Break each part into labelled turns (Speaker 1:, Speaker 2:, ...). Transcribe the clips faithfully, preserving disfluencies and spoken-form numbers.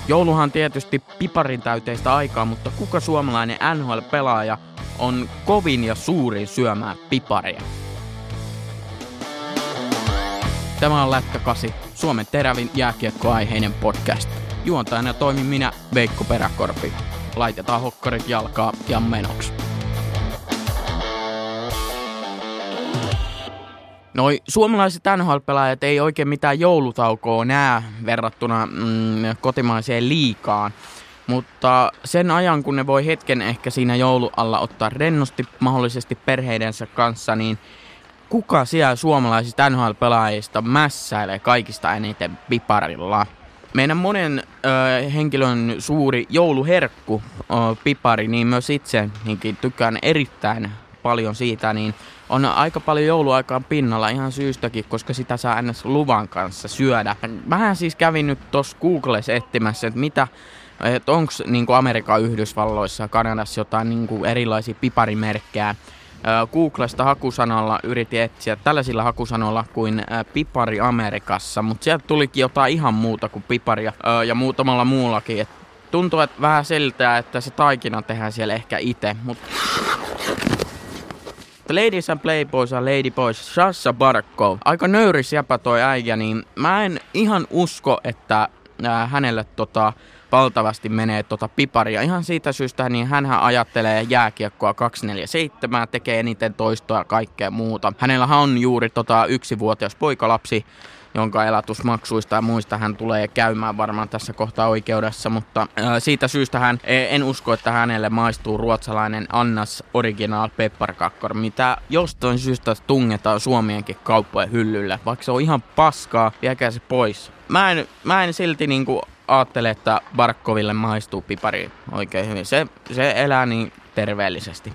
Speaker 1: Jouluhan on tietysti piparin täyteistä aikaa, mutta kuka suomalainen N H L-pelaaja on kovin ja suurin syömään piparia? Tämä on Lätkä kasi, Suomen terävin jääkiekkoaiheinen podcast. Juontajana toimin minä, Veikko Peräkorpi. Laitetaan hokkarit jalkaa ja menoksi. Noi suomalaiset N H L-pelaajat ei oikein mitään joulutaukoa näe verrattuna mm, kotimaiseen liigaan. Mutta sen ajan, kun ne voi hetken ehkä siinä joulualla ottaa rennosti mahdollisesti perheidensä kanssa, niin kuka siellä suomalaisista N H L-pelaajista mässäilee kaikista eniten piparilla? Meidän monen ö, henkilön suuri jouluherkku ö, pipari, niin myös itse niin tykkään erittäin paljon siitä, niin on aika paljon jouluaikaan pinnalla ihan syystäkin, koska sitä saa ns. Luvan kanssa syödä. Mähän siis kävin nyt tossa Googlessa etsimässä, että mitä, että onko niinku Amerikan Yhdysvalloissa ja Kanadassa jotain niinku erilaisia piparimerkkejä. Googlesta hakusanalla yritin etsiä tällaisilla hakusanoilla kuin pipari Amerikassa, mutta sieltä tulikin jotain ihan muuta kuin piparia ja muutamalla muullakin. Et tuntuu, että vähän siltä, että se taikina tehdään siellä ehkä itse, mutta Ladies and Playboys ja Ladyboys, Sasha Barkov. Aika nöyris jäpä toi äijä, niin mä en ihan usko, että ää, hänelle tota valtavasti menee tota piparia. Ihan siitä syystä, niin hänhän ajattelee jääkiekkoa kaksikymmentäneljä seitsemän, tekee eniten toistoa ja kaikkea muuta. Hänellähän on juuri tota yksivuotias poikalapsi, jonka elatusmaksuista ja muista hän tulee käymään varmaan tässä kohtaa oikeudessa, mutta ää, siitä syystä hän, en usko, että hänelle maistuu ruotsalainen Annas Original Pepparkakkor, mitä jostain syystä tungetaan Suomienkin kauppojen hyllylle, vaikka se on ihan paskaa, viekää se pois. Mä en, mä en silti niinku ajattele, että Barkoville maistuu pipari oikein hyvin, se, se elää niin terveellisesti.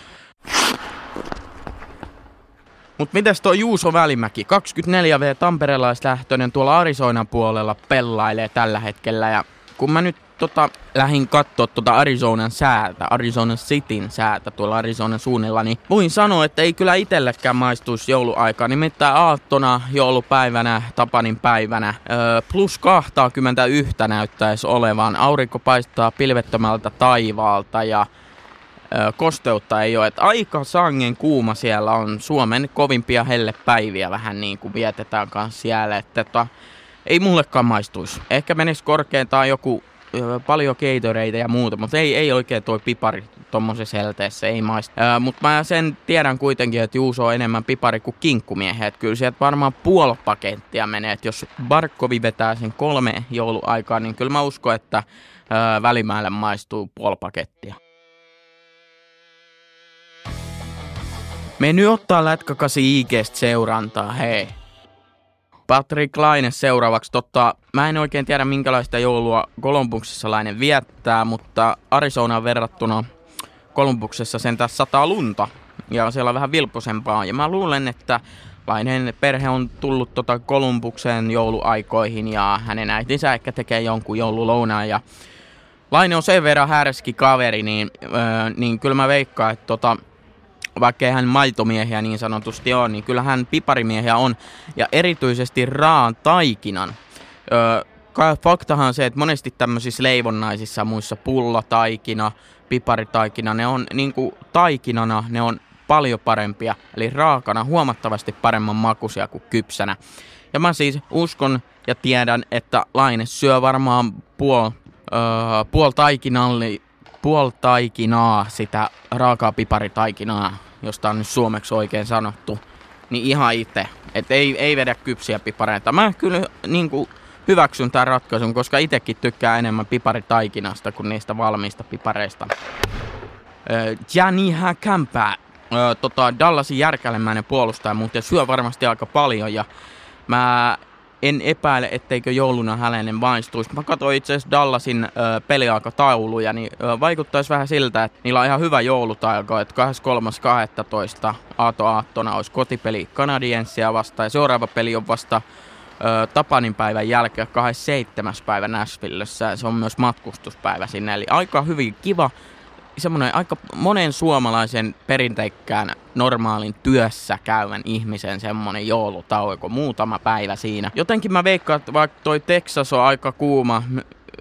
Speaker 1: Mut mites toi Juuso Välimäki, kaksikymmentäneljä vuotias tamperelaislähtöinen tuolla Arizonan puolella pellailee tällä hetkellä. Ja kun mä nyt tota, lähdin kattoo tota Arizonan säätä, Arizona Cityn säätä tuolla Arizonan suunnilla, niin voin sanoa, että ei kyllä itsellekään maistuisi jouluaikaa. Nimittäin aattona, joulupäivänä, Tapanin päivänä, öö, plus kaksikymmentäyksi näyttäisi olevan. Aurinko paistaa pilvettömältä taivaalta ja kosteutta ei ole, että aika sangen kuuma siellä on. Suomen kovimpia hellepäiviä vähän niin kuin vietetään kanssa siellä, että tota, ei mullekaan maistuisi. Ehkä menisi korkeintaan joku ö, paljon keitoreita ja muuta, mutta ei, ei oikein toi pipari tommosessa helteessä, ei maistu. Mutta mä sen tiedän kuitenkin, että Juuso on enemmän pipari kuin kinkkumiehet. Että kyllä sieltä varmaan puoli pakettia menee, että jos Barkovi vetää sen kolme jouluaikaa, niin kyllä mä uskon, että ö, Välimäelle maistuu puoli pakettia. Me nyt ottaa Lätkä kasi I G:stä seurantaa, hei. Patrick Laine seuraavaksi. Totta, mä en oikein tiedä minkälaista joulua Columbuksessa Laine viettää, mutta Arizonaan verrattuna Columbuksessa sentään sataa lunta. Ja siellä on vähän vilpposempaa. Ja mä luulen, että Laineen perhe on tullut tota Columbukseen jouluaikoihin ja hänen äitinsä ehkä tekee jonkun joululounaan. Ja Laine on sen verran härski kaveri, niin, öö, niin kyllä mä veikkaan, että tota vaikka ei hän maitomiehiä niin sanotusti ole, niin kyllä hän piparimiehiä on. Ja erityisesti raan taikinan. Öö, faktahan on se, että monesti tämmöisissä leivonnaisissa muissa pullataikina, piparitaikina, ne on niinku taikinana, ne on paljon parempia. Eli raakana huomattavasti paremman makuisia kuin kypsänä. Ja mä siis uskon ja tiedän, että Laine syö varmaan puol, öö, puol taikinalli, puol taikinaa, sitä raakaa piparitaikinaa, josta on nyt suomeksi oikein sanottu, niin ihan itse. Että ei, ei vedä kypsiä pipareita. Mä kyllä niin kuin hyväksyn tämän ratkaisun, koska itsekin tykkää enemmän piparitaikinasta kuin niistä valmiista pipareista. Öö, Jani Häkämpää, öö, tota, Dallasin järkälemäinen puolustaja, mutta syö varmasti aika paljon. Ja mä en epäile, etteikö jouluna hänelle maistuisi. Mä katsoin itse asiassa Dallasin ö, peliaikatauluja, niin ö, vaikuttaisi vähän siltä, että niillä on ihan hyvä joulutaiko, että kahdeskymmeneskolmas kahdestoista aato-aattona olisi kotipeli Canadiensia vastaan, ja seuraava peli on vasta ö, Tapanin päivän jälkeen kahdeskymmenesseitsemäs päivä Nashvillessä, se on myös matkustuspäivä sinne, eli aika hyvin kiva. Semmoinen aika monen suomalaisen perinteikkään normaalin työssä käyvän ihmisen semmoinen joulutauko, muutama päivä siinä. Jotenkin mä veikkaan, että vaikka toi Texas on aika kuuma,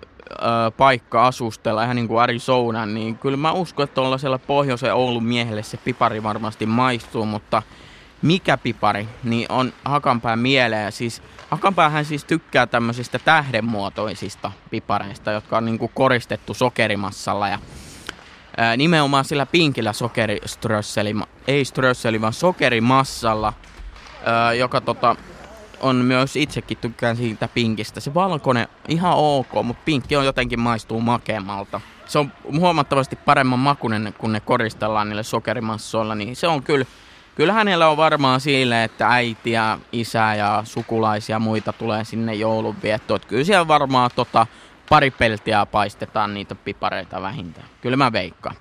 Speaker 1: ö, paikka asustella, ihan niin kuin Arizona, niin kyllä mä uskon, että tuollaisella pohjoisen Oulun miehelle se pipari varmasti maistuu, mutta mikä pipari, niin on Hakanpää mieleen. Siis Hakanpäähän siis tykkää tämmöisistä tähdenmuotoisista pipareista, jotka on niin kuin koristettu sokerimassalla ja ää, nimenomaan sillä pinkillä sokeriströsseli, ei strösseli, vaan sokerimassalla, ää, joka tota, on myös itsekin tykkään siitä pinkistä. Se valkoinen ihan ok, mutta pinkki on jotenkin maistuu makeammalta. Se on huomattavasti paremman makuinen, kun ne koristellaan niille sokerimassoilla, niin se on kyllä. Kyllä hänellä on varmaan sille, että äitiä, isää ja sukulaisia muita tulee sinne joulunviettoon. Kyllä siellä varmaan tota, pari peltiä paistetaan niitä pipareita vähintään. Kyllä mä veikkaan.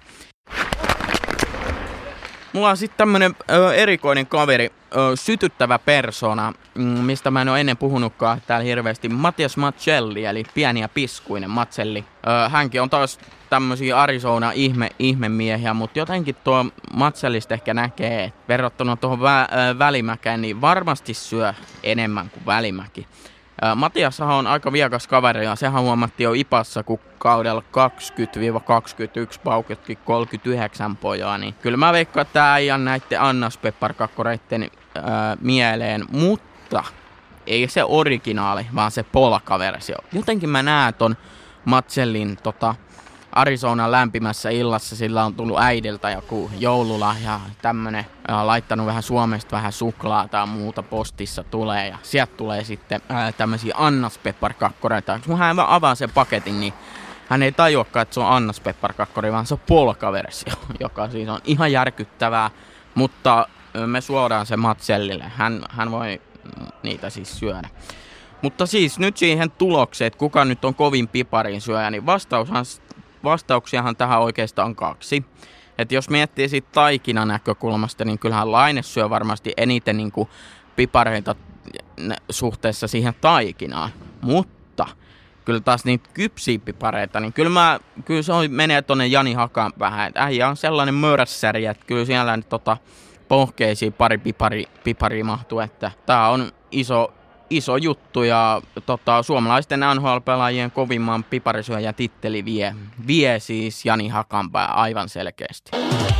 Speaker 1: Mulla on sitten tämmönen ö, erikoinen kaveri, ö, sytyttävä persona, mistä mä en ole ennen puhunutkaan täällä hirveästi. Matias Macelli, eli pieni ja piskuinen Macelli. Ö, hänkin on taas tämmöisiä Arizona ihme, ihmemiehiä, mutta jotenkin tuo Macellista ehkä näkee, että verrattuna tuohon vä, ö, Välimäkeen, niin varmasti syö enemmän kuin Välimäki. Ö, Matiashan on aika viekas kaveri, ja sehän huomattiin jo Ipassa, kun kaudella kaksikymmentä kaksikymmentäyksi paukettiin kolmekymmentäyhdeksän pojaa, niin kyllä mä veikkaan, että tää ei ole näitten annaspepparkakkoreitten öö, mieleen, mutta ei se originaali, vaan se polkaversio. Jotenkin mä näen ton Macellin tota, Arizonan lämpimässä illassa, sillä on tullut äidiltä joku joululahja, tämmönen, ja laittanut vähän Suomesta vähän suklaata tai muuta postissa tulee, ja sieltä tulee sitten ää, tämmösiä annaspepparkakkoreita. Kun hän avaa sen paketin, niin hän ei tajuakaan, että se on annaspepparkakkori, vaan se on polkaversio, joka siis on ihan järkyttävää, mutta me suodaan se Macellille. Hän, hän voi niitä siis syödä. Mutta siis nyt siihen tulokseen, että kuka nyt on kovin piparin syöjä, niin vastaushan, vastauksiahan tähän oikeastaan on kaksi. Että jos miettii siitä taikinan näkökulmasta, niin kyllähän Laine syö varmasti eniten niin kuin pipareita suhteessa siihen taikinaan. Mutta kyllä taas niitä kypsiä pipareita, niin kyllä, mä, kyllä se on, menee tonne Jani Hakanpäähän. Äijä on sellainen mörsäri, että kyllä siellä nyt tota, pohkeisiin pari pipari, pipari mahtuu, että tää on iso, iso juttu ja tota, suomalaisten N H L-pelaajien kovimman piparisyöjän titteli vie, vie siis Jani Hakanpää aivan selkeästi.